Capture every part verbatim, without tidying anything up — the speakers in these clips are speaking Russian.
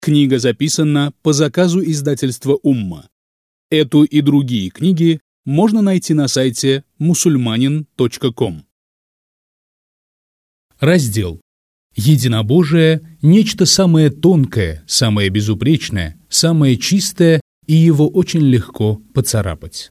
Книга записана по заказу издательства «Умма». Эту и другие книги можно найти на сайте мусульманин точка ком. Раздел «Единобожие – нечто самое тонкое, самое безупречное, самое чистое, и его очень легко поцарапать».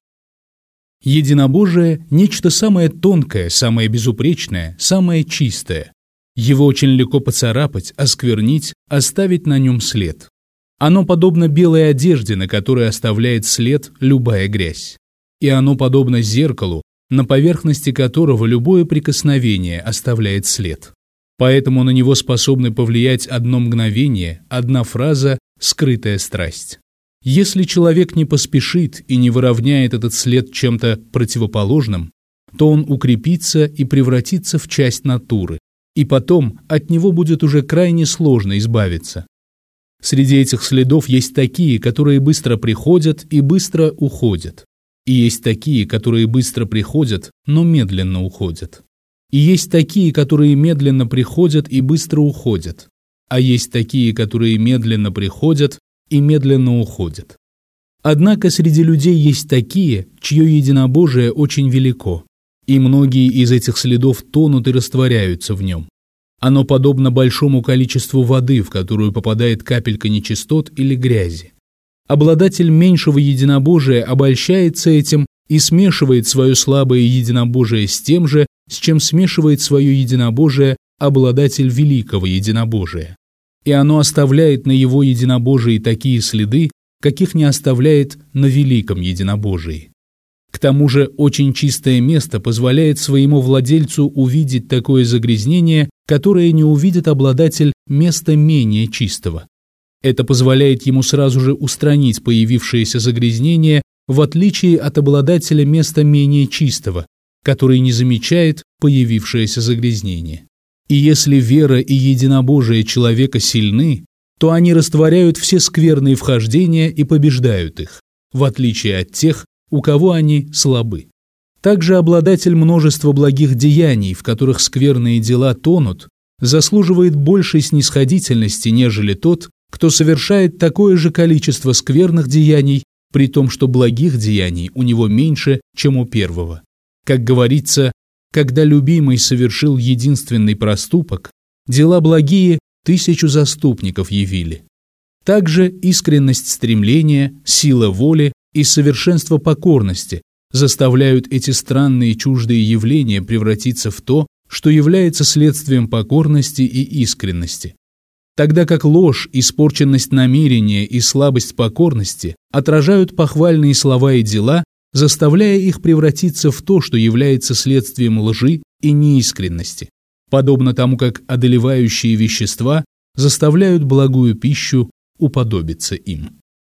Единобожие – нечто самое тонкое, самое безупречное, самое чистое. Его очень легко поцарапать, осквернить, оставить на нем след. Оно подобно белой одежде, на которой оставляет след любая грязь. И оно подобно зеркалу, на поверхности которого любое прикосновение оставляет след. Поэтому на него способны повлиять одно мгновение, одна фраза, скрытая страсть. Если человек не поспешит и не выровняет этот след чем-то противоположным, то он укрепится и превратится в часть натуры, и потом от него будет уже крайне сложно избавиться. Среди этих следов есть такие, которые быстро приходят и быстро уходят. И есть такие, которые быстро приходят, но медленно уходят. И есть такие, которые медленно приходят и быстро уходят. А есть такие, которые медленно приходят и медленно уходят. Однако среди людей есть такие, чье единобожие очень велико, и многие из этих следов тонут и растворяются в нем. Оно подобно большому количеству воды, в которую попадает капелька нечистот или грязи. Обладатель меньшего единобожия обольщается этим и смешивает свое слабое единобожие с тем же, с чем смешивает свое единобожие обладатель великого единобожия. И оно оставляет на его единобожии такие следы, каких не оставляет на великом единобожии. К тому же очень чистое место позволяет своему владельцу увидеть такое загрязнение, которое не увидит обладатель места менее чистого. Это позволяет ему сразу же устранить появившееся загрязнение, в отличие от обладателя места менее чистого, который не замечает появившееся загрязнение. И если вера и единобожие человека сильны, то они растворяют все скверные вхождения и побеждают их, в отличие от тех, у кого они слабы. Также обладатель множества благих деяний, в которых скверные дела тонут, заслуживает большей снисходительности, нежели тот, кто совершает такое же количество скверных деяний, при том, что благих деяний у него меньше, чем у первого. Как говорится, когда любимый совершил единственный проступок, дела благие тысячу заступников явили. Также искренность стремления, сила воли и совершенство покорности заставляют эти странные чуждые явления превратиться в то, что является следствием покорности и искренности. Тогда как ложь, испорченность намерения и слабость покорности отражают похвальные слова и дела, заставляя их превратиться в то, что является следствием лжи и неискренности, подобно тому, как одолевающие вещества заставляют благую пищу уподобиться им.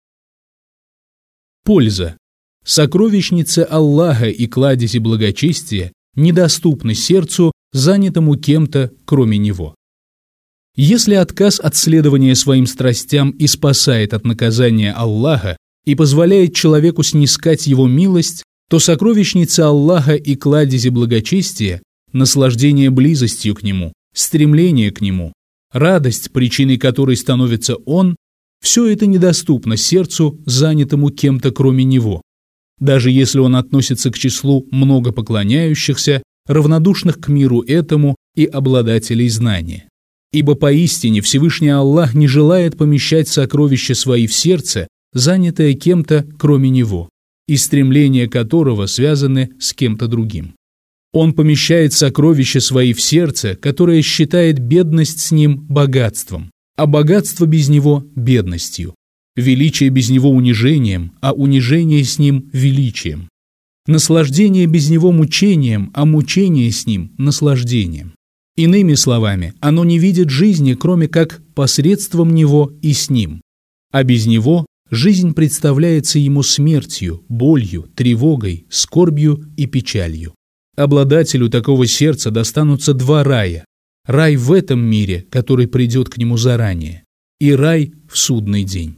Польза. Сокровищницы Аллаха и кладези благочестия недоступны сердцу, занятому кем-то, кроме него. Если отказ от следования своим страстям и спасает от наказания Аллаха и позволяет человеку снискать его милость, то сокровищницы Аллаха и кладези благочестия, наслаждение близостью к Нему, стремление к Нему, радость, причиной которой становится Он, все это недоступно сердцу, занятому кем-то кроме Него, даже если он относится к числу много поклоняющихся, равнодушных к миру этому и обладателей знания. Ибо поистине Всевышний Аллах не желает помещать сокровища свои в сердце, занятое кем-то кроме Него, и стремления которого связаны с кем-то другим. Он помещает сокровища свои в сердце, которое считает бедность с ним богатством, а богатство без него – бедностью, величие без него – унижением, а унижение с ним – величием, наслаждение без него – мучением, а мучение с ним – наслаждением. Иными словами, оно не видит жизни, кроме как посредством него и с ним, а без него жизнь представляется ему смертью, болью, тревогой, скорбью и печалью. Обладателю такого сердца достанутся два рая: рай в этом мире, который придет к нему заранее, и рай в судный день.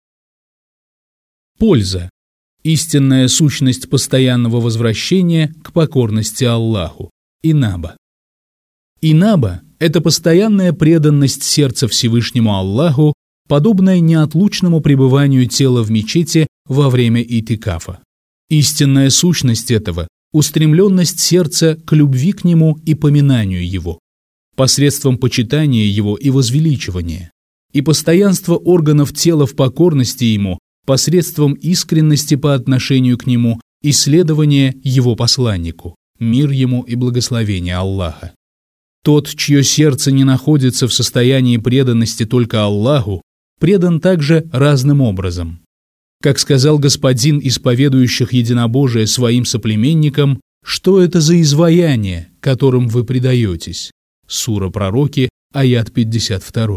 Польза. Истинная сущность постоянного возвращения к покорности Аллаху. Инаба. Инаба – это постоянная преданность сердца Всевышнему Аллаху, подобное неотлучному пребыванию тела в мечети во время итикафа. Истинная сущность этого – устремленность сердца к любви к Нему и поминанию Его, посредством почитания Его и возвеличивания, и постоянство органов тела в покорности Ему посредством искренности по отношению к Нему и следования Его посланнику, мир Ему и благословение Аллаха. Тот, чье сердце не находится в состоянии преданности только Аллаху, предан также разным образом. Как сказал господин исповедующих единобожие своим соплеменникам, что это за изваяние, которым вы предаетесь? Сура Пророки, аят пятьдесят два.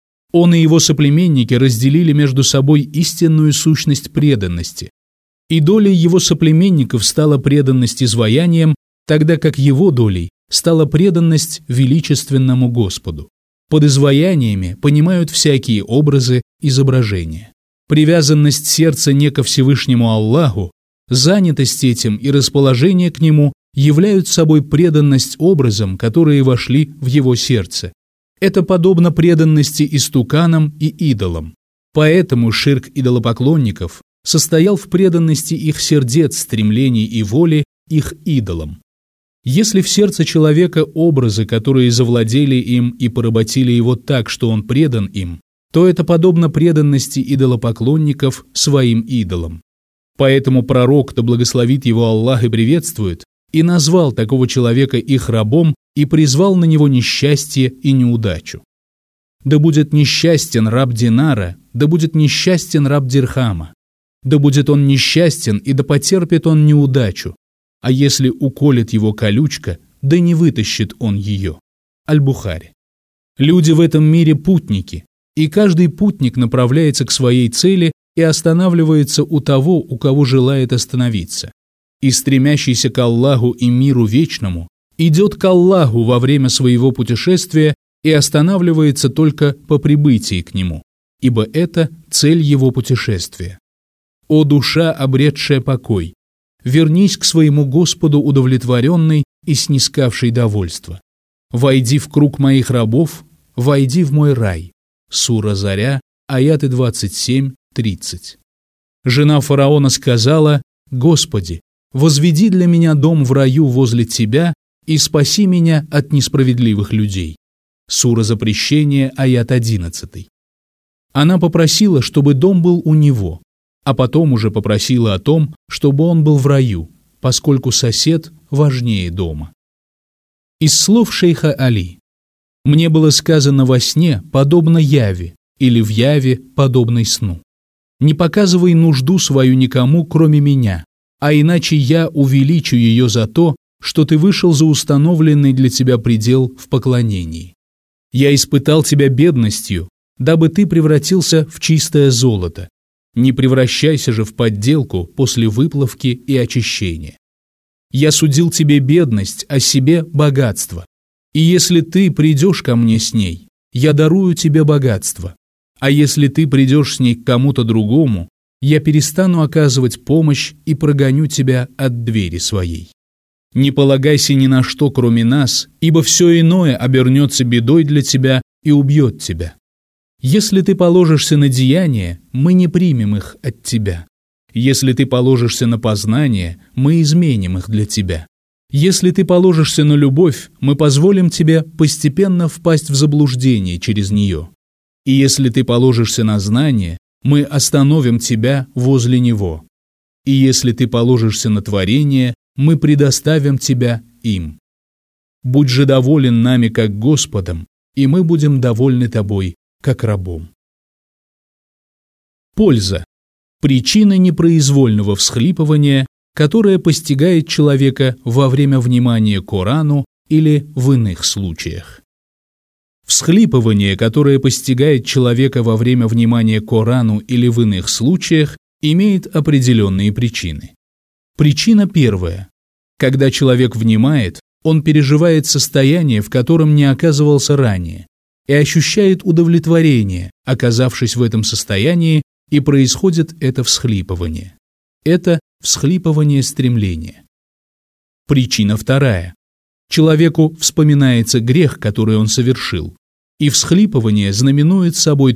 Он и его соплеменники разделили между собой истинную сущность преданности, и долей его соплеменников стала преданность изваяниям, тогда как его долей стала преданность величественному Господу. Под изваяниями понимают всякие образы, изображения. Привязанность сердца не ко Всевышнему Аллаху, занятость этим и расположение к Нему являют собой преданность образам, которые вошли в его сердце. Это подобно преданности истуканам и идолам. Поэтому ширк идолопоклонников состоял в преданности их сердец, стремлений и воли их идолам. Если в сердце человека образы, которые завладели им и поработили его так, что он предан им, то это подобно преданности идолопоклонников своим идолам. Поэтому пророк, да благословит его Аллах и приветствует, и назвал такого человека их рабом и призвал на него несчастье и неудачу. Да будет несчастен раб динара, да будет несчастен раб дирхама, да будет он несчастен и да потерпит он неудачу, а если уколет его колючка, да не вытащит он ее. Аль-Бухари. Люди в этом мире путники, и каждый путник направляется к своей цели и останавливается у того, у кого желает остановиться. И стремящийся к Аллаху и миру вечному идет к Аллаху во время своего путешествия и останавливается только по прибытии к Нему, ибо это цель его путешествия. О душа, обретшая покой! Вернись к своему Господу удовлетворенный и снискавший довольство. Войди в круг моих рабов, войди в мой рай. Сура Заря, аяты двадцать семь тридцать. Жена фараона сказала: «Господи, возведи для меня дом в раю возле Тебя и спаси меня от несправедливых людей». Сура Запрещения, аят одиннадцатый. Она попросила, чтобы дом был у него, а потом уже попросила о том, чтобы он был в раю, поскольку сосед важнее дома. Из слов шейха Али: «Мне было сказано во сне, подобно яве, или в яве, подобной сну. Не показывай нужду свою никому, кроме меня, а иначе я увеличу ее за то, что ты вышел за установленный для тебя предел в поклонении. Я испытал тебя бедностью, дабы ты превратился в чистое золото. Не превращайся же в подделку после выплавки и очищения. Я судил тебе бедность, а себе богатство. И если ты придешь ко мне с ней, я дарую тебе богатство. А если ты придешь с ней к кому-то другому, я перестану оказывать помощь и прогоню тебя от двери своей. Не полагайся ни на что, кроме нас, ибо все иное обернется бедой для тебя и убьет тебя. Если ты положишься на деяния, мы не примем их от тебя. Если ты положишься на познание, мы изменим их для тебя. Если ты положишься на любовь, мы позволим тебе постепенно впасть в заблуждение через нее. И если ты положишься на знание, мы остановим тебя возле него. И если ты положишься на творение, мы предоставим тебя им. Будь же доволен нами как Господом, и мы будем довольны тобой как рабом». Польза. Причина непроизвольного всхлипывания, которая постигает человека во время внимания Корану или в иных случаях. Всхлипывание, которое постигает человека во время внимания Корану или в иных случаях, имеет определенные причины. Причина первая. Когда человек внимает, он переживает состояние, в котором не оказывался ранее, и ощущает удовлетворение, оказавшись в этом состоянии, и происходит это всхлипывание. Это всхлипывание стремления. Причина вторая. Человеку вспоминается грех, который он совершил, и всхлипывание знаменует собой то,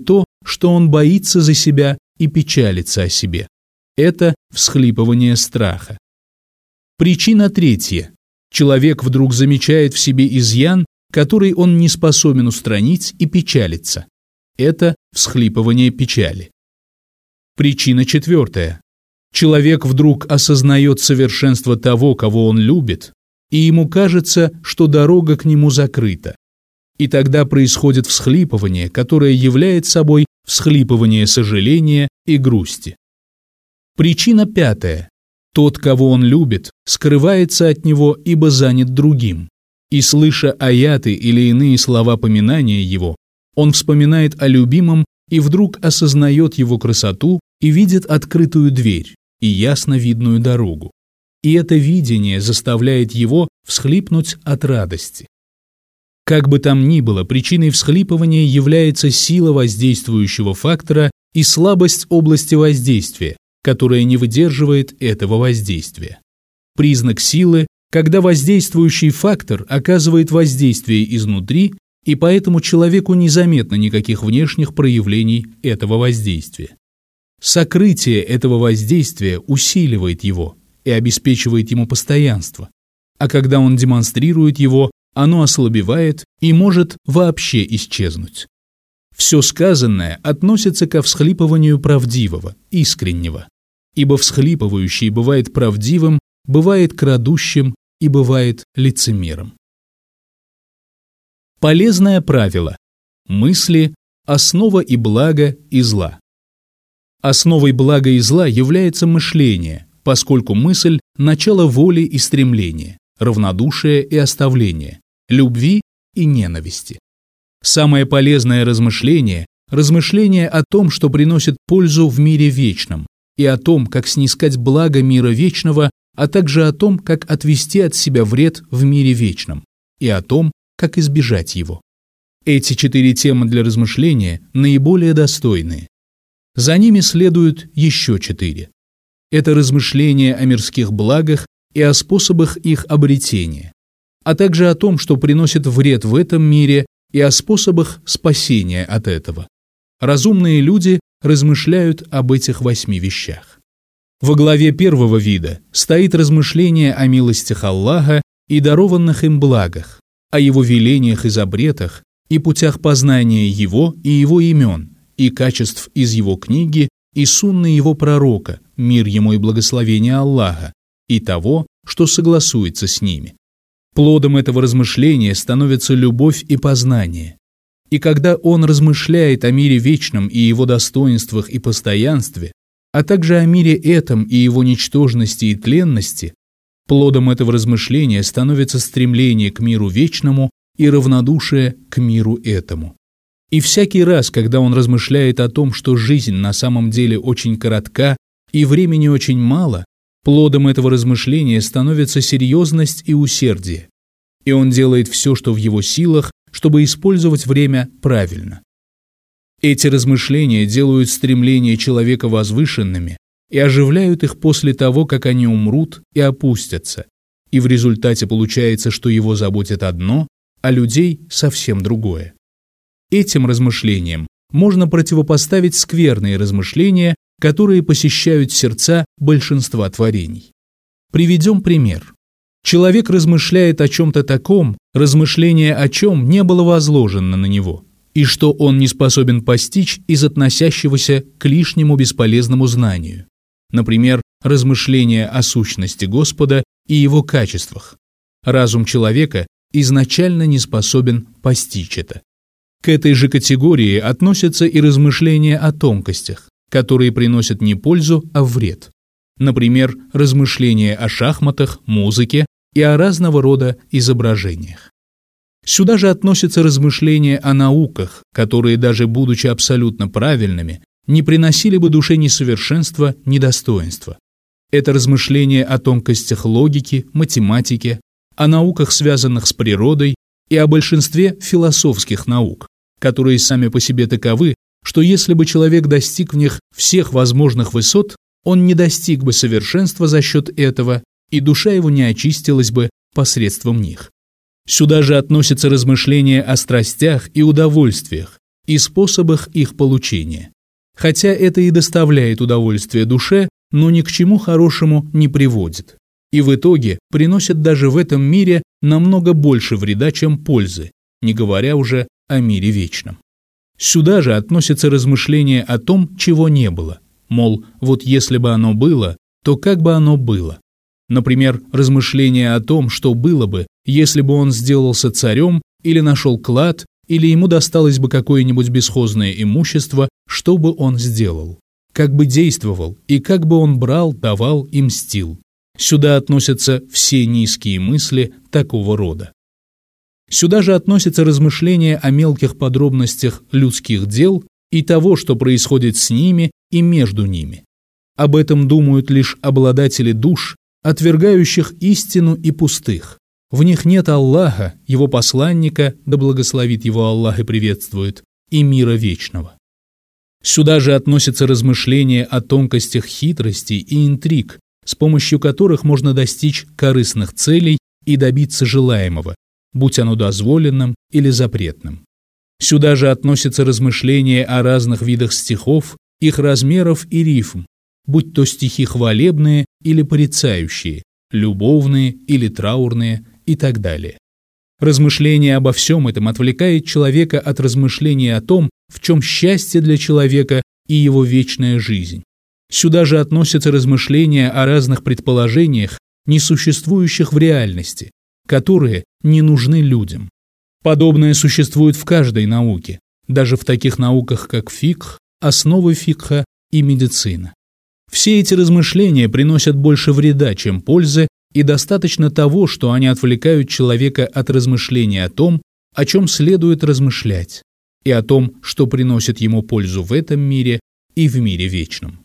что он боится за себя и печалится о себе. Это всхлипывание страха. Причина третья. Человек вдруг замечает в себе изъян, который он не способен устранить, и печалится. Это всхлипывание печали. Причина четвертая. Человек вдруг осознает совершенство того, кого он любит, и ему кажется, что дорога к нему закрыта. И тогда происходит всхлипывание, которое является собой всхлипывание сожаления и грусти. Причина пятая. Тот, кого он любит, скрывается от него, ибо занят другим. И, слыша аяты или иные слова поминания его, он вспоминает о любимом и вдруг осознает его красоту и видит открытую дверь и ясно видную дорогу. И это видение заставляет его всхлипнуть от радости. Как бы там ни было, причиной всхлипывания является сила воздействующего фактора и слабость области воздействия, которая не выдерживает этого воздействия. Признак силы, когда воздействующий фактор оказывает воздействие изнутри, и поэтому человеку незаметно никаких внешних проявлений этого воздействия. Сокрытие этого воздействия усиливает его и обеспечивает ему постоянство, а когда он демонстрирует его, оно ослабевает и может вообще исчезнуть. Все сказанное относится ко всхлипыванию правдивого, искреннего, ибо всхлипывающий бывает правдивым, бывает крадущим и бывает лицемером. Полезное правило. Мысли – основа и блага, и зла. Основой блага и зла является мышление, поскольку мысль – начало воли и стремления, равнодушия и оставления, любви и ненависти. Самое полезное размышление – размышление о том, что приносит пользу в мире вечном, и о том, как снискать благо мира вечного, а также о том, как отвести от себя вред в мире вечном, и о том, как избежать его. Эти четыре темы для размышления наиболее достойные. За ними следуют еще четыре. Это размышления о мирских благах и о способах их обретения, а также о том, что приносит вред в этом мире, и о способах спасения от этого. Разумные люди размышляют об этих восьми вещах. Во главе первого вида стоит размышление о милостях Аллаха и дарованных им благах, о его велениях и запретах, и путях познания его и его имен, и качеств из его книги, и сунны его пророка, мир ему и благословение Аллаха, и того, что согласуется с ними. Плодом этого размышления становится любовь и познание. И когда он размышляет о мире вечном и его достоинствах и постоянстве, а также о мире этом и его ничтожности и тленности, плодом этого размышления становится стремление к миру вечному и равнодушие к миру этому. И всякий раз, когда он размышляет о том, что жизнь на самом деле очень коротка и времени очень мало, плодом этого размышления становится серьезность и усердие. И он делает все, что в его силах, чтобы использовать время правильно. Эти размышления делают стремления человека возвышенными и оживляют их после того, как они умрут и опустятся, и в результате получается, что его заботит одно, а людей совсем другое. Этим размышлениям можно противопоставить скверные размышления, которые посещают сердца большинства творений. Приведем пример. Человек размышляет о чем-то таком, размышление о чем не было возложено на него, и что он не способен постичь из относящегося к лишнему бесполезному знанию. Например, размышление о сущности Господа и его качествах. Разум человека изначально не способен постичь это. К этой же категории относятся и размышления о тонкостях, которые приносят не пользу, а вред. Например, размышления о шахматах, музыке и о разного рода изображениях. Сюда же относятся размышления о науках, которые, даже будучи абсолютно правильными, не приносили бы душе ни совершенства, ни достоинства. Это размышления о тонкостях логики, математики, о науках, связанных с природой, и о большинстве философских наук, которые сами по себе таковы, что если бы человек достиг в них всех возможных высот, он не достиг бы совершенства за счет этого, и душа его не очистилась бы посредством них. Сюда же относятся размышления о страстях и удовольствиях, и способах их получения. Хотя это и доставляет удовольствие душе, но ни к чему хорошему не приводит. И в итоге приносит даже в этом мире намного больше вреда, чем пользы, не говоря уже о мире вечном. Сюда же относятся размышления о том, чего не было. Мол, вот если бы оно было, то как бы оно было? Например, размышления о том, что было бы, если бы он сделался царем, или нашел клад, или ему досталось бы какое-нибудь бесхозное имущество, что бы он сделал? Как бы действовал, и как бы он брал, давал и мстил? Сюда относятся все низкие мысли такого рода. Сюда же относятся размышления о мелких подробностях людских дел и того, что происходит с ними и между ними. Об этом думают лишь обладатели душ, отвергающих истину и пустых. В них нет Аллаха, Его посланника, да благословит Его Аллах и приветствует, и мира вечного. Сюда же относятся размышления о тонкостях хитростей и интриг, с помощью которых можно достичь корыстных целей и добиться желаемого, будь оно дозволенным или запретным. Сюда же относятся размышления о разных видах стихов, их размеров и рифм, будь то стихи хвалебные или порицающие, любовные или траурные и так далее. Размышление обо всем этом отвлекает человека от размышления о том, в чем счастье для человека и его вечная жизнь. Сюда же относятся размышления о разных предположениях, несуществующих в реальности, которые не нужны людям. Подобное существует в каждой науке, даже в таких науках, как фикх, основы фикха и медицина. Все эти размышления приносят больше вреда, чем пользы, и достаточно того, что они отвлекают человека от размышления о том, о чем следует размышлять, и о том, что приносит ему пользу в этом мире и в мире вечном.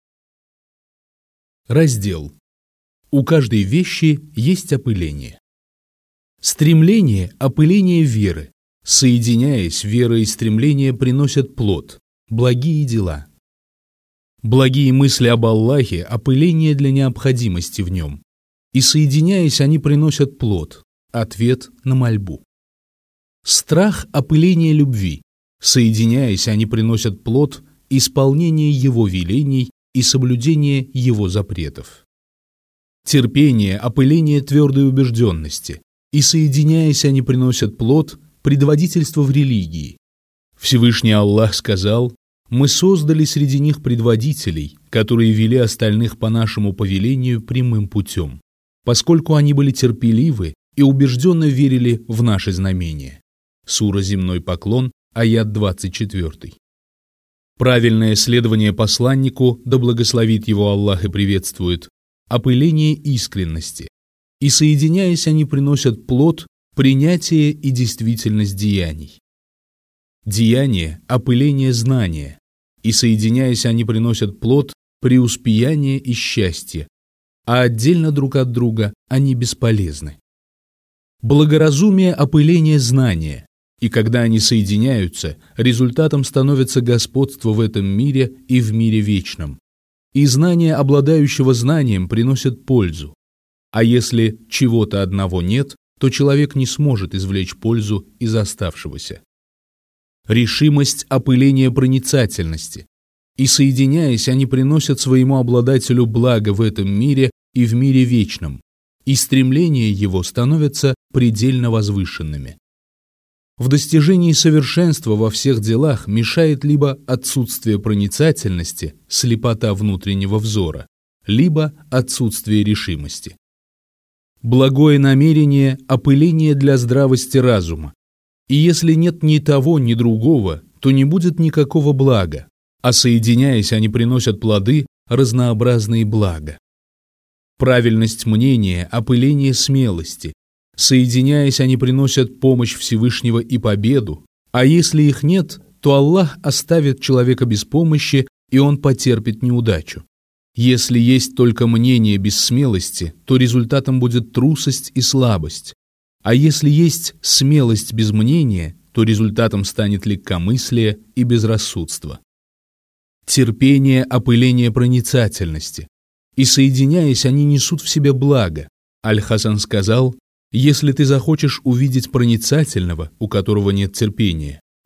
Раздел. У каждой вещи есть опыление. Стремление – опыление веры. Соединяясь, вера и стремление приносят плод, благие дела. Благие мысли об Аллахе – опыление для необходимости в нем. И соединяясь, они приносят плод, ответ на мольбу. Страх – опыление любви. Соединяясь, они приносят плод, исполнение его велений и соблюдение его запретов. Терпение – опыление твердой убежденности. И соединяясь, они приносят плод, предводительство в религии. Всевышний Аллах сказал: «Мы создали среди них предводителей, которые вели остальных по нашему повелению прямым путем, поскольку они были терпеливы и убежденно верили в наши знамения». Сура «Земной поклон», аят двадцать четыре. Правильное следование посланнику, да благословит его Аллах и приветствует, опыление искренности. И соединяясь, они приносят плод, принятие и действительность деяний. Деяние – опыление знания. И соединяясь, они приносят плод, преуспеяние и счастье, а отдельно друг от друга они бесполезны. Благоразумие – опыление знания, и когда они соединяются, результатом становится господство в этом мире и в мире вечном. И знание обладающего знанием приносит пользу. А если чего-то одного нет, то человек не сможет извлечь пользу из оставшегося. Решимость – опыление проницательности. И соединяясь, они приносят своему обладателю благо в этом мире и в мире вечном, и стремления его становятся предельно возвышенными. В достижении совершенства во всех делах мешает либо отсутствие проницательности, слепота внутреннего взора, либо отсутствие решимости. Благое намерение – опыление для здравости разума. И если нет ни того, ни другого, то не будет никакого блага, а соединяясь, они приносят плоды, разнообразные блага. Правильность мнения – опыление смелости. Соединяясь, они приносят помощь Всевышнего и победу, а если их нет, то Аллах оставит человека без помощи, и он потерпит неудачу. Если есть только мнение без смелости, то результатом будет трусость и слабость. А если есть смелость без мнения, то результатом станет легкомыслие и безрассудство. Терпение – опыление проницательности. И соединяясь, они несут в себе благо. Аль-Хасан сказал: «Если ты захочешь увидеть проницательного, у которого нет терпения,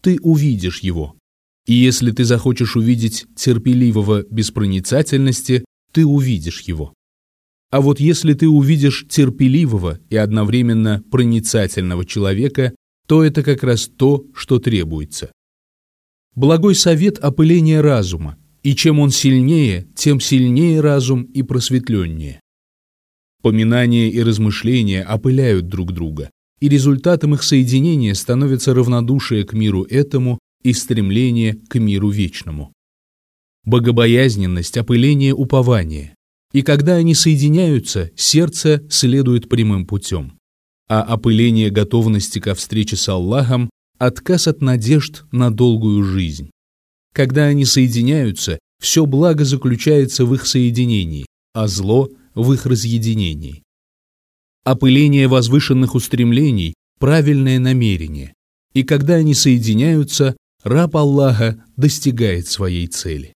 ты увидишь его. И если ты захочешь увидеть терпеливого без проницательности, ты увидишь его. А вот если ты увидишь терпеливого и одновременно проницательного человека, то это как раз то, что требуется. Благой совет – опыление разума, и чем он сильнее, тем сильнее разум и просветленнее. Поминание и размышления опыляют друг друга, и результатом их соединения становится равнодушие к миру этому и стремление к миру вечному. Богобоязненность – опыление упования, и когда они соединяются, сердце следует прямым путем, а опыление готовности ко встрече с Аллахом – отказ от надежд на долгую жизнь. Когда они соединяются, все благо заключается в их соединении, а зло – в их разъединении. Опыление возвышенных устремлений – правильное намерение, и когда они соединяются, раб Аллаха достигает своей цели.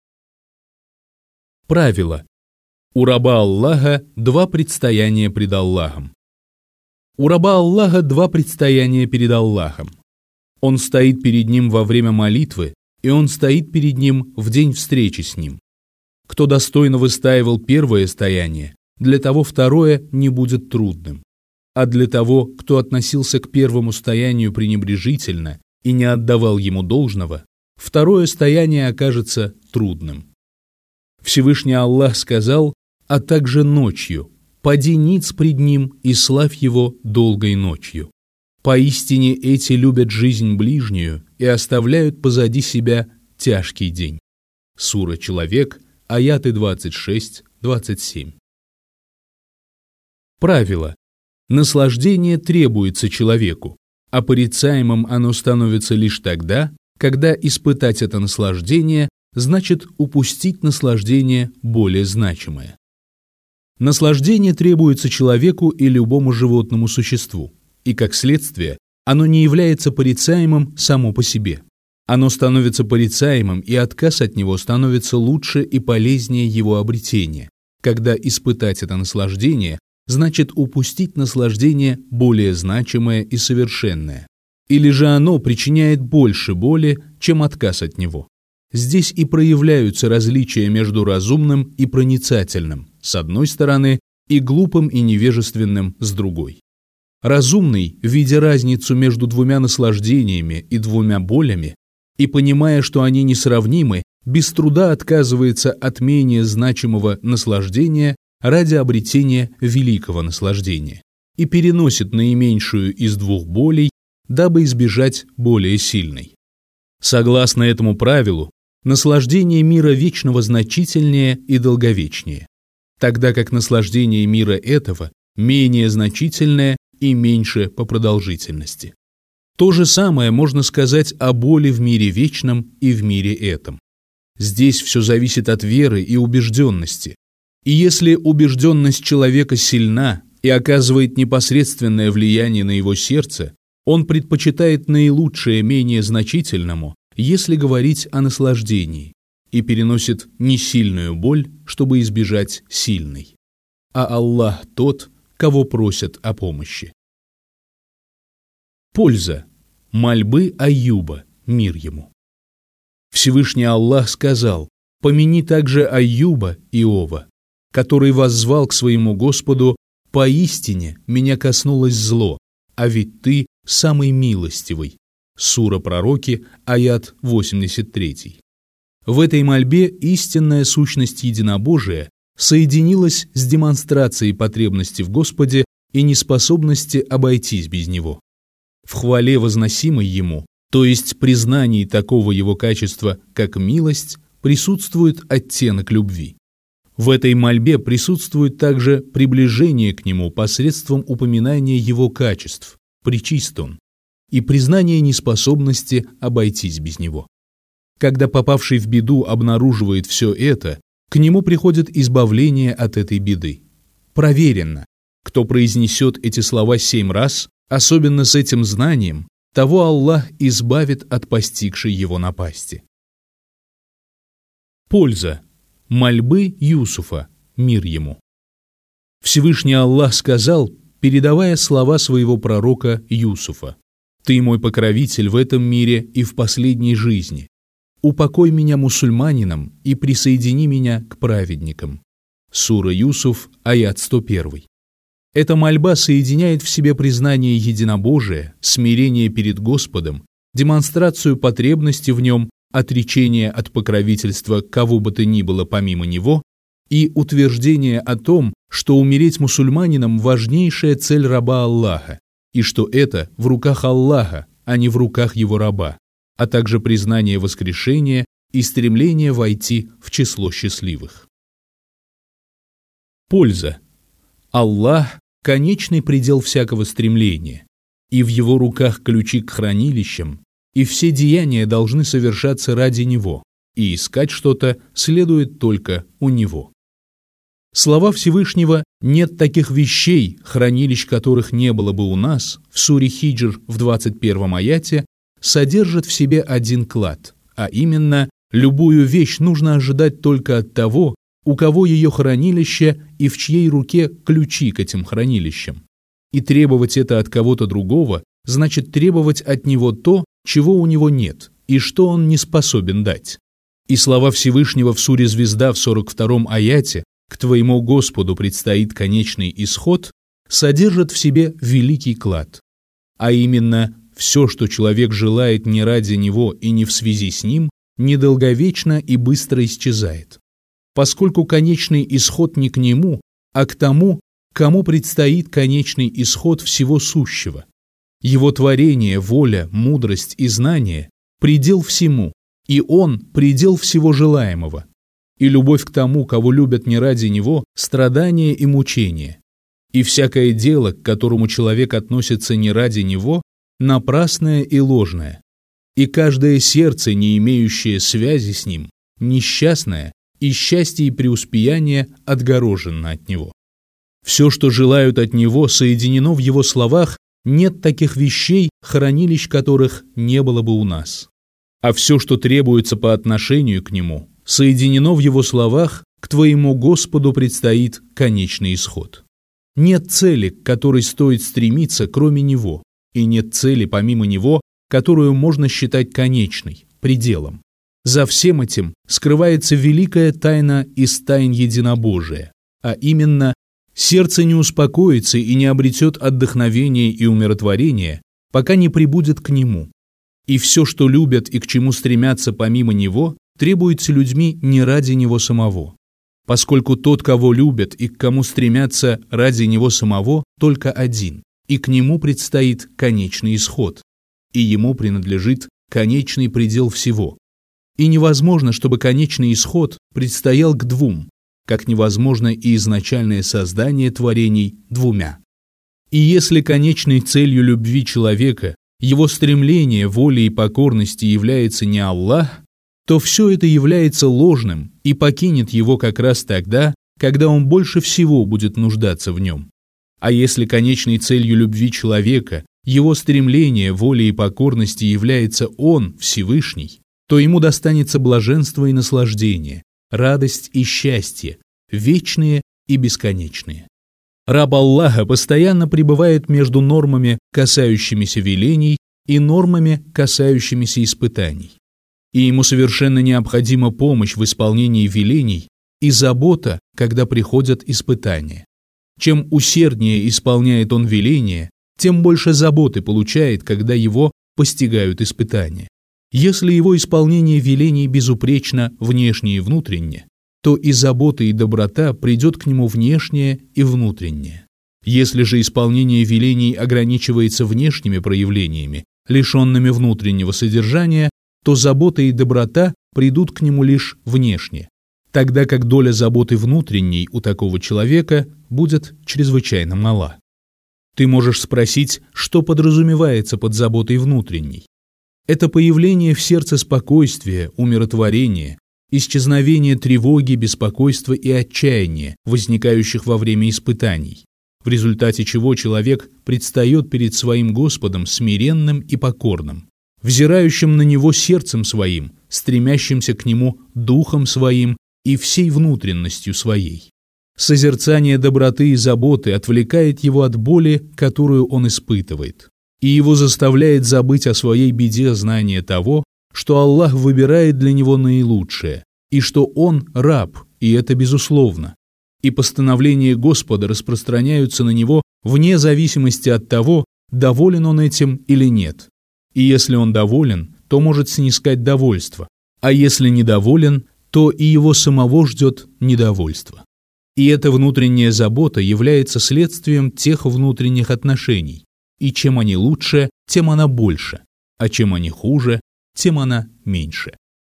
Правило. У раба Аллаха два предстояния пред Аллахом. У раба Аллаха два предстояния перед Аллахом. Он стоит перед ним во время молитвы, и он стоит перед ним в день встречи с ним. Кто достойно выстаивал первое стояние, для того второе не будет трудным. А для того, кто относился к первому стоянию пренебрежительно и не отдавал ему должного, второе стояние окажется трудным. Всевышний Аллах сказал: «А также ночью, пади ниц пред ним и славь его долгой ночью. Поистине эти любят жизнь ближнюю и оставляют позади себя тяжкий день». Сура «Человек», аяты двадцать шесть двадцать семь. Правило. Наслаждение требуется человеку, а порицаемым оно становится лишь тогда, когда испытать это наслаждение значит упустить наслаждение более значимое. Наслаждение требуется человеку и любому животному существу, и, как следствие, оно не является порицаемым само по себе. Оно становится порицаемым, и отказ от него становится лучше и полезнее его обретения, когда испытать это наслаждение значит упустить наслаждение более значимое и совершенное, или же оно причиняет больше боли, чем отказ от него. Здесь и проявляются различия между разумным и проницательным, с одной стороны, и глупым и невежественным, с другой. Разумный, видя разницу между двумя наслаждениями и двумя болями, и понимая, что они несравнимы, без труда отказывается от менее значимого наслаждения ради обретения великого наслаждения и переносит наименьшую из двух болей, дабы избежать более сильной. Согласно этому правилу, наслаждение мира вечного значительнее и долговечнее, тогда как наслаждение мира этого менее значительное и меньше по продолжительности. То же самое можно сказать о боли в мире вечном и в мире этом. Здесь все зависит от веры и убежденности. И если убежденность человека сильна и оказывает непосредственное влияние на его сердце, он предпочитает наилучшее менее значительному, если говорить о наслаждении, и переносит несильную боль, чтобы избежать сильной. А Аллах тот, кого просят о помощи. Польза. Мольбы Айюба, мир ему. Всевышний Аллах сказал: «Помяни также Айюба, Иова, который воззвал к своему Господу: поистине меня коснулось зло, а ведь ты самый милостивый». Сура Пророки, аят восемьдесят три. В этой мольбе истинная сущность единобожия соединилась с демонстрацией потребности в Господе и неспособности обойтись без Него. В хвале, возносимой Ему, то есть признании такого Его качества, как милость, присутствует оттенок любви. В этой мольбе присутствует также приближение к Нему посредством упоминания Его качеств, пречист Он, и признание неспособности обойтись без Него. Когда попавший в беду обнаруживает все это, к нему приходит избавление от этой беды. Проверено, кто произнесет эти слова семь раз, особенно с этим знанием, того Аллах избавит от постигшей его напасти. Польза. Мольбы Юсуфа, мир ему. Всевышний Аллах сказал, передавая слова своего пророка Юсуфа: Ты мой покровитель в этом мире и в последней жизни. Упокой меня мусульманином и присоедини меня к праведникам». Сура Юсуф, аят сто один. Эта мольба соединяет в себе признание единобожия, смирение перед Господом, демонстрацию потребности в нем, отречение от покровительства кого бы то ни было помимо него и утверждение о том, что умереть мусульманином – важнейшая цель раба Аллаха, и что это в руках Аллаха, а не в руках его раба, а также признание воскрешения и стремление войти в число счастливых. Польза. Аллах – конечный предел всякого стремления, и в его руках ключи к хранилищам, и все деяния должны совершаться ради него, и искать что-то следует только у него. Слова Всевышнего «нет таких вещей, хранилищ которых не было бы у нас» в суре Хиджр в двадцать первом аяте содержат в себе один клад, а именно любую вещь нужно ожидать только от того, у кого ее хранилище и в чьей руке ключи к этим хранилищам. И требовать это от кого-то другого значит требовать от него то, чего у него нет, и что он не способен дать. И слова Всевышнего в суре «Звезда» в сорок втором аяте «К твоему Господу предстоит конечный исход» содержат в себе великий клад. А именно, все, что человек желает не ради него и не в связи с ним, недолговечно и быстро исчезает. Поскольку конечный исход не к нему, а к тому, кому предстоит конечный исход всего сущего. Его творение, воля, мудрость и знание – предел всему, и он – предел всего желаемого. И любовь к тому, кого любят не ради него – страдание и мучение. И всякое дело, к которому человек относится не ради него – напрасное и ложное. И каждое сердце, не имеющее связи с ним, несчастное, и счастье и преуспеяние отгорожено от него. Все, что желают от него, соединено в его словах «нет таких вещей, хранилищ которых не было бы у нас». А все, что требуется по отношению к нему, соединено в его словах «к твоему Господу предстоит конечный исход». Нет цели, к которой стоит стремиться, кроме него, и нет цели, помимо него, которую можно считать конечной, пределом. За всем этим скрывается великая тайна из тайн единобожия, а именно, сердце не успокоится и не обретет отдохновения и умиротворения, пока не прибудет к нему. И все, что любят и к чему стремятся помимо него, требуется людьми не ради него самого. Поскольку тот, кого любят и к кому стремятся ради него самого, только один, и к нему предстоит конечный исход, и ему принадлежит конечный предел всего. И невозможно, чтобы конечный исход предстоял к двум, как невозможно и изначальное создание творений двумя. И если конечной целью любви человека, его стремления, воли и покорности является не Аллах, то все это является ложным и покинет его как раз тогда, когда он больше всего будет нуждаться в нем. А если конечной целью любви человека, его стремления, воли и покорности является Он, Всевышний, то ему достанется блаженство и наслаждение, радость и счастье, вечные и бесконечные. Раб Аллаха постоянно пребывает между нормами, касающимися велений, и нормами, касающимися испытаний. И ему совершенно необходима помощь в исполнении велений и забота, когда приходят испытания. Чем усерднее исполняет он веления, тем больше заботы получает, когда его постигают испытания. Если его исполнение велений безупречно внешне и внутренне, то и забота и доброта придет к нему внешне и внутренне. Если же исполнение велений ограничивается внешними проявлениями, лишенными внутреннего содержания, то забота и доброта придут к нему лишь внешне, тогда как доля заботы внутренней у такого человека будет чрезвычайно мала. Ты можешь спросить, что подразумевается под заботой внутренней. Это появление в сердце спокойствия, умиротворения, исчезновение тревоги, беспокойства и отчаяния, возникающих во время испытаний, в результате чего человек предстает перед своим Господом смиренным и покорным, взирающим на Него сердцем своим, стремящимся к Нему духом своим и всей внутренностью своей. Созерцание доброты и заботы отвлекает его от боли, которую он испытывает. и его заставляет забыть о своей беде знание того, что Аллах выбирает для него наилучшее, и что он раб, и это безусловно, и постановления Господа распространяются на него вне зависимости от того, доволен он этим или нет. И если он доволен, то может снискать довольство, а если недоволен, то и его самого ждет недовольство. И эта внутренняя забота является следствием тех внутренних отношений, и чем они лучше, тем она больше, а чем они хуже, тем она меньше.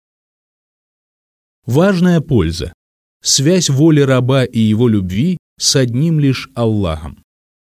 Важная польза. Связь воли раба и его любви с одним лишь Аллахом.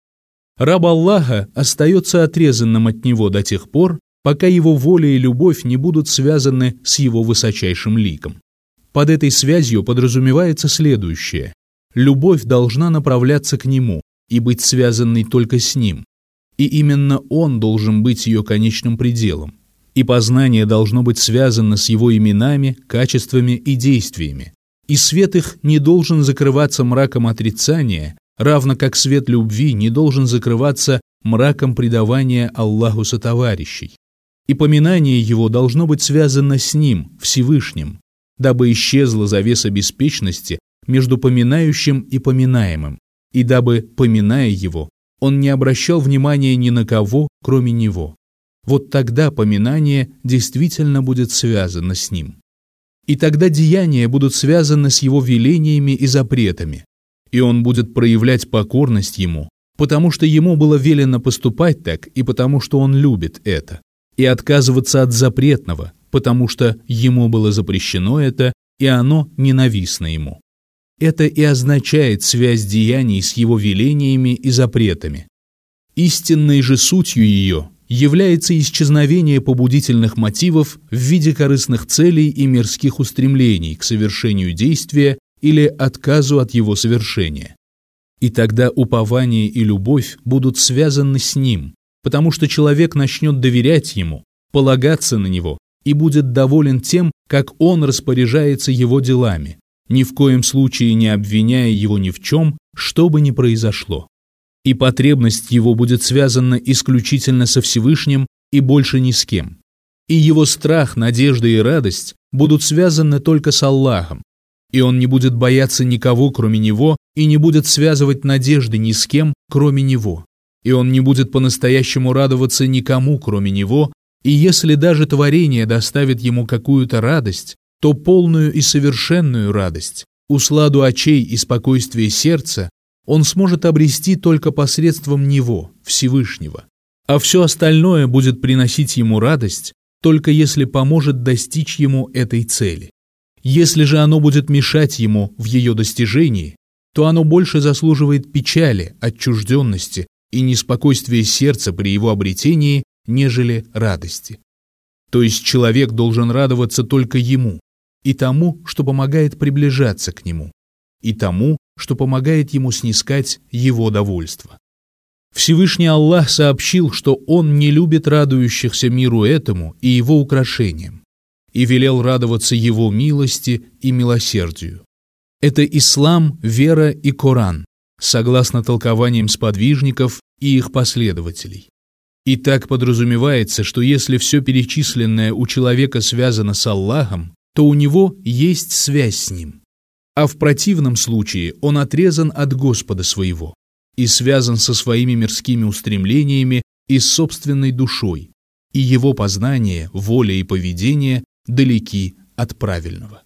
Раб Аллаха остается отрезанным от него до тех пор, пока его воля и любовь не будут связаны с его высочайшим ликом. Под этой связью подразумевается следующее. Любовь должна направляться к нему и быть связанной только с ним. И именно он должен быть ее конечным пределом. И познание должно быть связано с его именами, качествами и действиями. И свет их не должен закрываться мраком отрицания, равно как свет любви не должен закрываться мраком предавания Аллаху сотоварищей. И поминание его должно быть связано с ним, Всевышним, дабы исчезла завеса беспечности между поминающим и поминаемым, и дабы, поминая его, он не обращал внимания ни на кого, кроме него. Вот тогда поминание действительно будет связано с ним. И тогда деяния будут связаны с его велениями и запретами, и он будет проявлять покорность ему, потому что ему было велено поступать так и потому что он любит это, и отказываться от запретного, потому что ему было запрещено это, и оно ненавистно ему. Это и означает связь деяний с его велениями и запретами. Истинной же сутью ее является исчезновение побудительных мотивов в виде корыстных целей и мирских устремлений к совершению действия или отказу от его совершения. И тогда упование и любовь будут связаны с ним, потому что человек начнет доверять ему, полагаться на него и будет доволен тем, как он распоряжается его делами, ни в коем случае не обвиняя его ни в чем, что бы ни произошло. И потребность его будет связана исключительно со Всевышним и больше ни с кем. И его страх, надежда и радость будут связаны только с Аллахом, и он не будет бояться никого, кроме него, и не будет связывать надежды ни с кем, кроме него, и он не будет по-настоящему радоваться никому, кроме него, и если даже творение доставит ему какую-то радость, то полную и совершенную радость, усладу очей и спокойствие сердца он сможет обрести только посредством Него, Всевышнего. А все остальное будет приносить ему радость, только если поможет достичь ему этой цели. Если же оно будет мешать ему в ее достижении, то оно больше заслуживает печали, отчужденности и неспокойствия сердца при его обретении, нежели радости. То есть человек должен радоваться только ему, и тому, что помогает приближаться к нему, и тому, что помогает ему снискать его довольство. Всевышний Аллах сообщил, что Он не любит радующихся миру этому и его украшениям, и велел радоваться Его милости и милосердию. Это ислам, вера и Коран, согласно толкованиям сподвижников и их последователей. И так подразумевается, что если все перечисленное у человека связано с Аллахом, то у него есть связь с Ним. А в противном случае он отрезан от Господа своего и связан со своими мирскими устремлениями и с собственной душой, и его познание, воля и поведение далеки от правильного.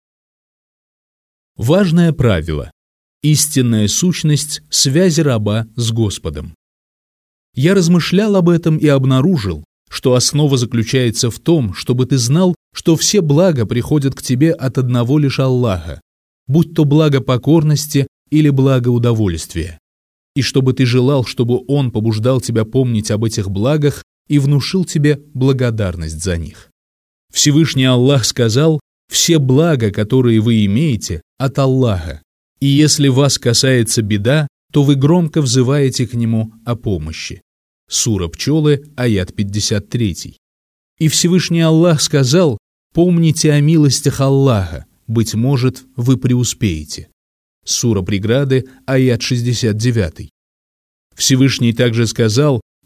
Важное правило. Истинная сущность связи раба с Господом. Я размышлял об этом и обнаружил, что основа заключается в том, чтобы ты знал, что все блага приходят к тебе от одного лишь Аллаха, будь то благо покорности или благо удовольствия, и чтобы ты желал, чтобы Он побуждал тебя помнить об этих благах и внушил тебе благодарность за них. Всевышний Аллах сказал: «Все блага, которые вы имеете, от Аллаха, и если вас касается беда, то вы громко взываете к Нему о помощи». Сура Пчелы, аят пятьдесят три. И Всевышний Аллах сказал: «Помните о милостях Аллаха, быть может, вы преуспеете». Сура Преграды, аят шестьдесят девять. Всевышний также сказал: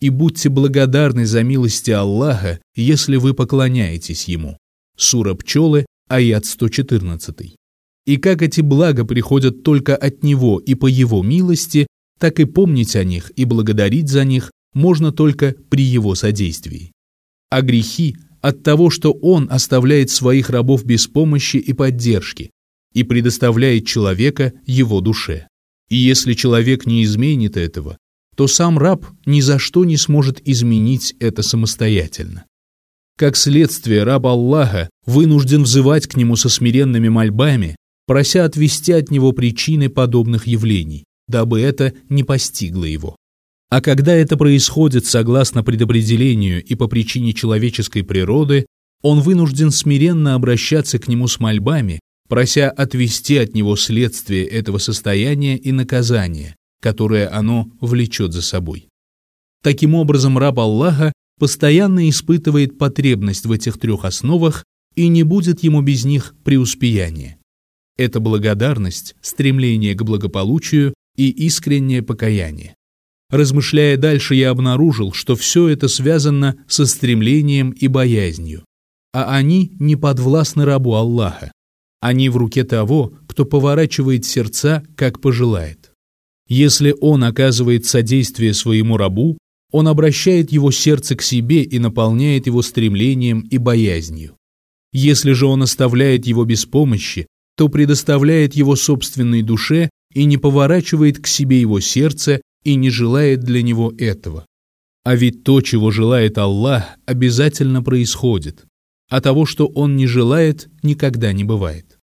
и будьте благодарны за милости Аллаха, если вы поклоняетесь Ему». Сура Пчелы, аят сто четырнадцатый. И как эти блага приходят только от Него и по Его милости, так и помнить о них и благодарить за них можно только при Его содействии. А грехи от того, что Он оставляет своих рабов без помощи и поддержки и предоставляет человека его душе. И если человек не изменит этого, то сам раб ни за что не сможет изменить это самостоятельно. Как следствие, раб Аллаха вынужден взывать к Нему со смиренными мольбами, прося отвести от него причины подобных явлений, дабы это не постигло его. А когда это происходит согласно предопределению и по причине человеческой природы, он вынужден смиренно обращаться к Нему с мольбами, прося отвести от него следствие этого состояния и наказание, которое оно влечет за собой. Таким образом, раб Аллаха постоянно испытывает потребность в этих трех основах, и не будет ему без них преуспеяния. Это благодарность, стремление к благополучию и искреннее покаяние. Размышляя дальше, я обнаружил, что все это связано со стремлением и боязнью, а они не подвластны рабу Аллаха. Они в руке того, кто поворачивает сердца, как пожелает. Если он оказывает содействие своему рабу, он обращает его сердце к себе и наполняет его стремлением и боязнью. Если же он оставляет его без помощи, то предоставляет его собственной душе и не поворачивает к себе его сердце и не желает для него этого. А ведь то, чего желает Аллах, обязательно происходит, а того, что Он не желает, никогда не бывает.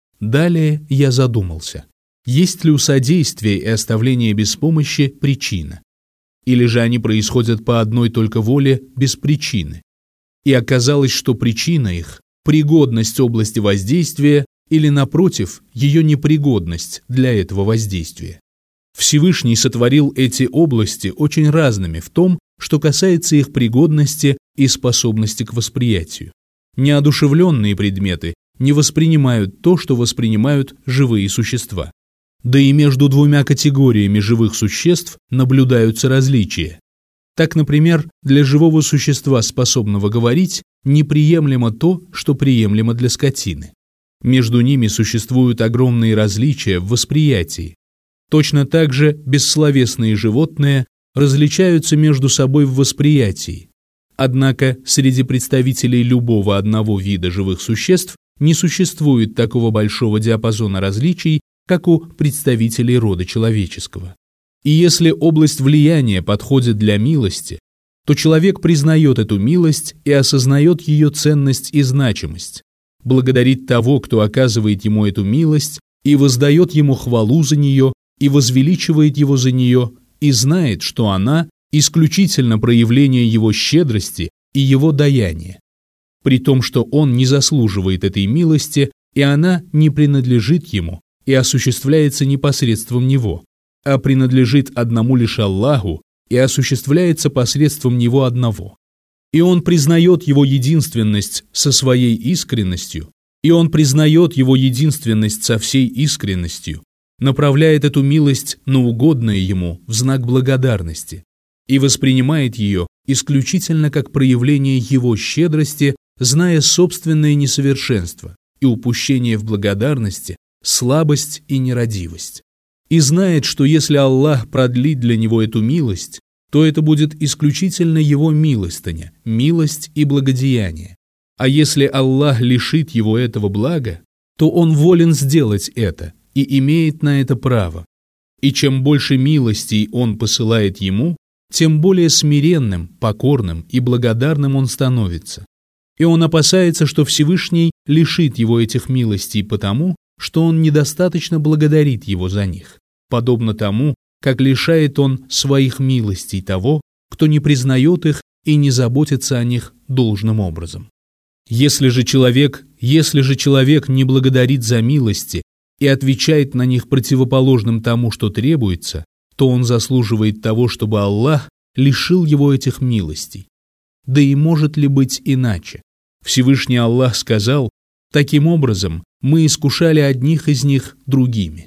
Далее я задумался, есть ли у содействия и оставления без помощи причина, или же они происходят по одной только воле без причины. И оказалось, что причина их – пригодность области воздействия или, напротив, ее непригодность для этого воздействия. Всевышний сотворил эти области очень разными в том, что касается их пригодности и способности к восприятию. Неодушевленные предметы не воспринимают то, что воспринимают живые существа. Да и между двумя категориями живых существ наблюдаются различия. Так, например, для живого существа, способного говорить, неприемлемо то, что приемлемо для скотины. Между ними существуют огромные различия в восприятии. Точно так же бессловесные животные различаются между собой в восприятии. Однако среди представителей любого одного вида живых существ не существует такого большого диапазона различий, как у представителей рода человеческого. И если область влияния подходит для милости, то человек признает эту милость и осознает ее ценность и значимость, благодарит того, кто оказывает ему эту милость, и воздает ему хвалу за нее, и возвеличивает его за нее, и знает, что она исключительно проявление его щедрости и его даяния, при том, что он не заслуживает этой милости, и она не принадлежит ему и осуществляется не посредством него, а принадлежит одному лишь Аллаху и осуществляется посредством него одного. И он признает его единственность со своей искренностью, и он признает его единственность со всей искренностью, направляет эту милость на угодное ему в знак благодарности и воспринимает ее исключительно как проявление его щедрости, зная собственное несовершенство и упущение в благодарности, слабость и нерадивость. И знает, что если Аллах продлит для него эту милость, то это будет исключительно его милостыня, милость и благодеяние. А если Аллах лишит его этого блага, то он волен сделать это и имеет на это право. И чем больше милостей он посылает ему, тем более смиренным, покорным и благодарным он становится. И он опасается, что Всевышний лишит его этих милостей потому, что он недостаточно благодарит его за них, подобно тому, как лишает он своих милостей того, кто не признает их и не заботится о них должным образом. Если же человек, если же человек не благодарит за милости и отвечает на них противоположным тому, что требуется, то он заслуживает того, чтобы Аллах лишил его этих милостей. Да и может ли быть иначе? Всевышний Аллах сказал: «Таким образом мы искушали одних из них другими».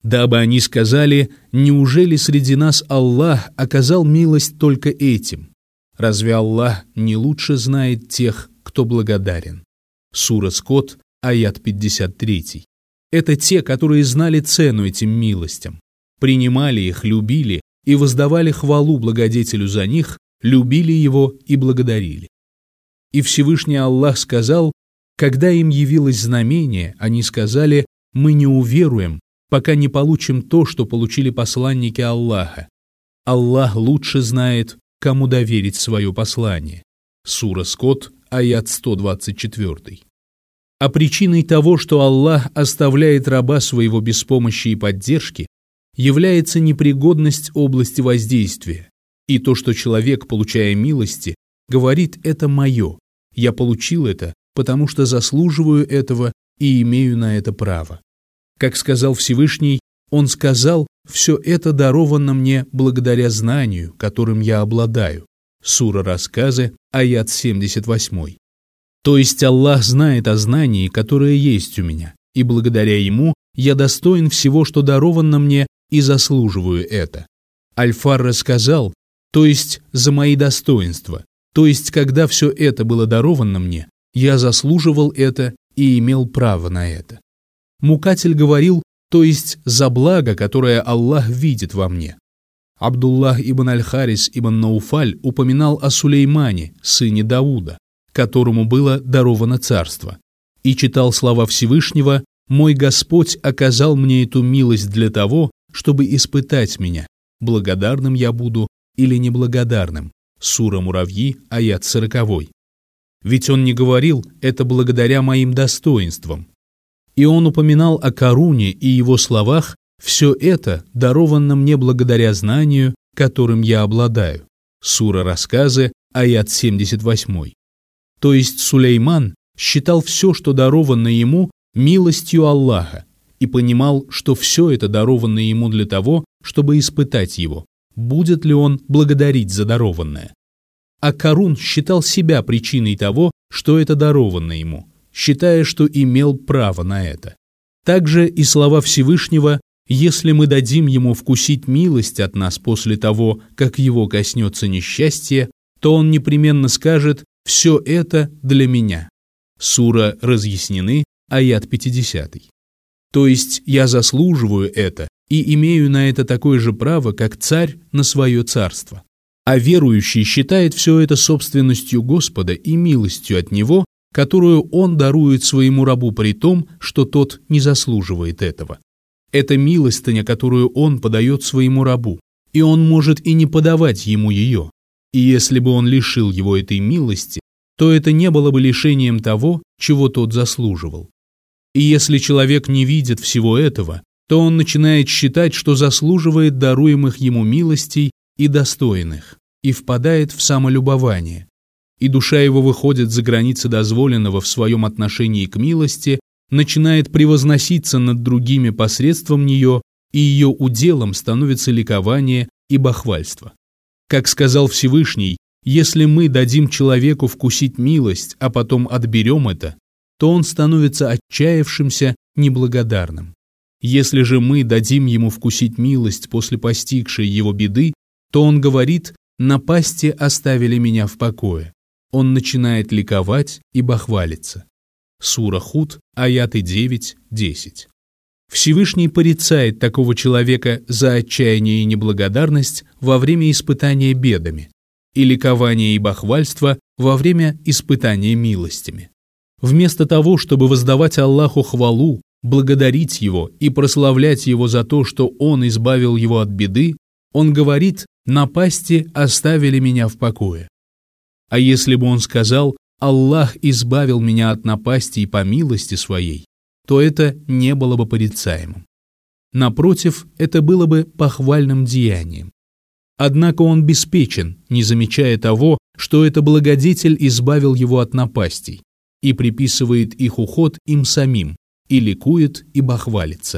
дабы они сказали: неужели среди нас Аллах оказал милость только этим? Разве Аллах не лучше знает тех, кто благодарен? Сура Скот, аят пятьдесят три. Это те, которые знали цену этим милостям, принимали их, любили и воздавали хвалу благодетелю за них, любили его и благодарили. И Всевышний Аллах сказал: когда им явилось знамение, они сказали: мы не уверуем, пока не получим то, что получили посланники Аллаха. Аллах лучше знает, кому доверить свое послание. Сура Скот, аят сто двадцать четыре. А причиной того, что Аллах оставляет раба своего без помощи и поддержки, является непригодность области воздействия, и то, что человек, получая милости, говорит: это мое, я получил это, потому что заслуживаю этого и имею на это право. Как сказал Всевышний, Он сказал: все это даровано мне благодаря знанию, которым я обладаю. Сура Рассказы, аят семьдесят восемь. То есть Аллах знает о знании, которое есть у меня, и благодаря Ему я достоин всего, что даровано мне, и заслуживаю это. Аль-Фар рассказал: то есть за мои достоинства, то есть когда все это было даровано мне, я заслуживал это и имел право на это. Мукатель говорил: то есть за благо, которое Аллах видит во мне. Абдуллах ибн Аль-Харис ибн Науфаль упоминал о Сулеймане, сыне Дауда, которому было даровано царство, и читал слова Всевышнего: «Мой Господь оказал мне эту милость для того, чтобы испытать меня, благодарным я буду или неблагодарным». Сура Муравьи, аят сороковой. Ведь он не говорил: «это благодаря моим достоинствам». И он упоминал о Каруне и его словах: «все это даровано мне благодаря знанию, которым я обладаю». Сура Рассказы, аят семьдесят восемь. То есть Сулейман считал все, что даровано ему, милостью Аллаха, и понимал, что все это даровано ему для того, чтобы испытать его, будет ли он благодарить за дарованное. А Карун считал себя причиной того, что это даровано ему, считая, что имел право на это. Также и слова Всевышнего: «Если мы дадим ему вкусить милость от нас после того, как его коснется несчастье, то он непременно скажет: все это для меня». Сура Разъяснены, аят пятидесятый. То есть я заслуживаю это и имею на это такое же право, как царь на свое царство. А верующий считает все это собственностью Господа и милостью от Него, которую Он дарует своему рабу при том, что тот не заслуживает этого. Это милостыня, которую Он подает своему рабу, и он может и не подавать ему ее. И если бы он лишил его этой милости, то это не было бы лишением того, чего тот заслуживал. И если человек не видит всего этого, то он начинает считать, что заслуживает даруемых ему милостей и достойных, и впадает в самолюбование. И душа его выходит за границы дозволенного в своем отношении к милости, начинает превозноситься над другими посредством нее, и ее уделом становится ликование и бахвальство. Как сказал Всевышний: если мы дадим человеку вкусить милость, а потом отберем это, то он становится отчаявшимся, неблагодарным. Если же мы дадим ему вкусить милость после постигшей его беды, то он говорит: напасти оставили меня в покое. Он начинает ликовать и бахвалиться. Сура Худ, аяты девять-десять. Всевышний порицает такого человека за отчаяние и неблагодарность во время испытания бедами и ликование и бахвальство во время испытания милостями. Вместо того, чтобы воздавать Аллаху хвалу, благодарить Его и прославлять Его за то, что Он избавил его от беды, он говорит: «Напасти оставили меня в покое». А если бы он сказал: «Аллах избавил меня от напастей по милости своей», то это не было бы порицаемым. Напротив, это было бы похвальным деянием. Однако он беспечен, не замечая того, что это благодетель избавил его от напастей, и приписывает их уход им самим, и ликует, и бахвалится.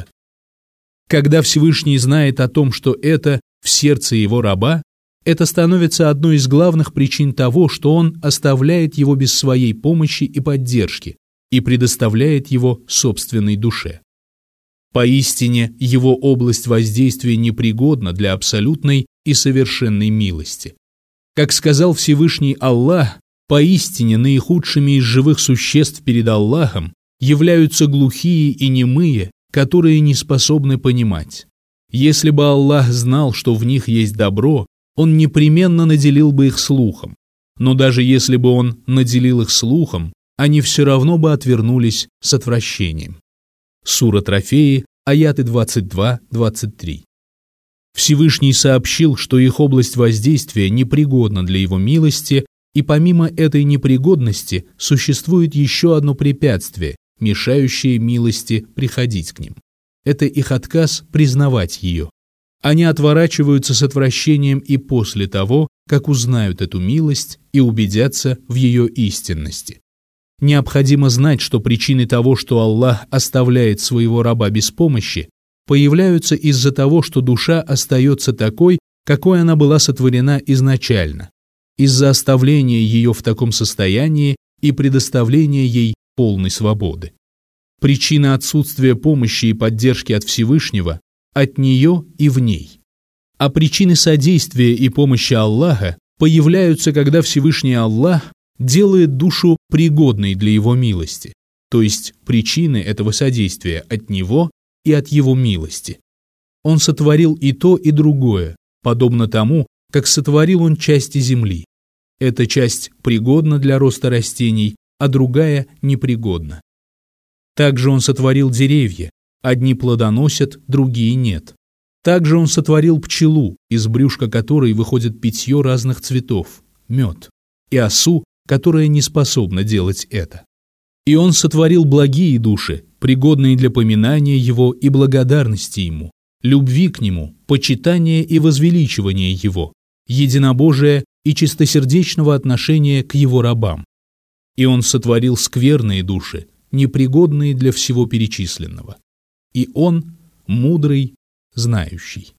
Когда Всевышний знает о том, что это в сердце его раба, это становится одной из главных причин того, что он оставляет его без своей помощи и поддержки и предоставляет его собственной душе. Поистине, его область воздействия непригодна для абсолютной и совершенной милости. Как сказал Всевышний Аллах, поистине наихудшими из живых существ перед Аллахом являются глухие и немые, которые не способны понимать. Если бы Аллах знал, что в них есть добро, Он непременно наделил бы их слухом. Но даже если бы Он наделил их слухом, они все равно бы отвернулись с отвращением. Сура Трофеи, аяты двадцать два — двадцать три. Всевышний сообщил, что их область воздействия непригодна для Его милости, и помимо этой непригодности существует еще одно препятствие, мешающее милости приходить к ним. Это их отказ признавать ее. Они отворачиваются с отвращением и после того, как узнают эту милость и убедятся в ее истинности. Необходимо знать, что причины того, что Аллах оставляет своего раба без помощи, появляются из-за того, что душа остается такой, какой она была сотворена изначально, из-за оставления ее в таком состоянии и предоставления ей полной свободы. Причина отсутствия помощи и поддержки от Всевышнего от нее и в ней. А причины содействия и помощи Аллаха появляются, когда Всевышний Аллах делает душу пригодной для Его милости, то есть причины этого содействия от Него и от Его милости. Он сотворил и то, и другое, подобно тому, как сотворил Он части земли. Эта часть пригодна для роста растений, а другая непригодна. Также Он сотворил деревья, одни плодоносят, другие нет. Также Он сотворил пчелу, из брюшка которой выходит питье разных цветов, мед, и осу, которая не способна делать это. И Он сотворил благие души, пригодные для поминания Его и благодарности Ему, любви к Нему, почитания и возвеличивания Его, единобожия и чистосердечного отношения к Его рабам. И Он сотворил скверные души, непригодные для всего перечисленного. И Он мудрый, знающий.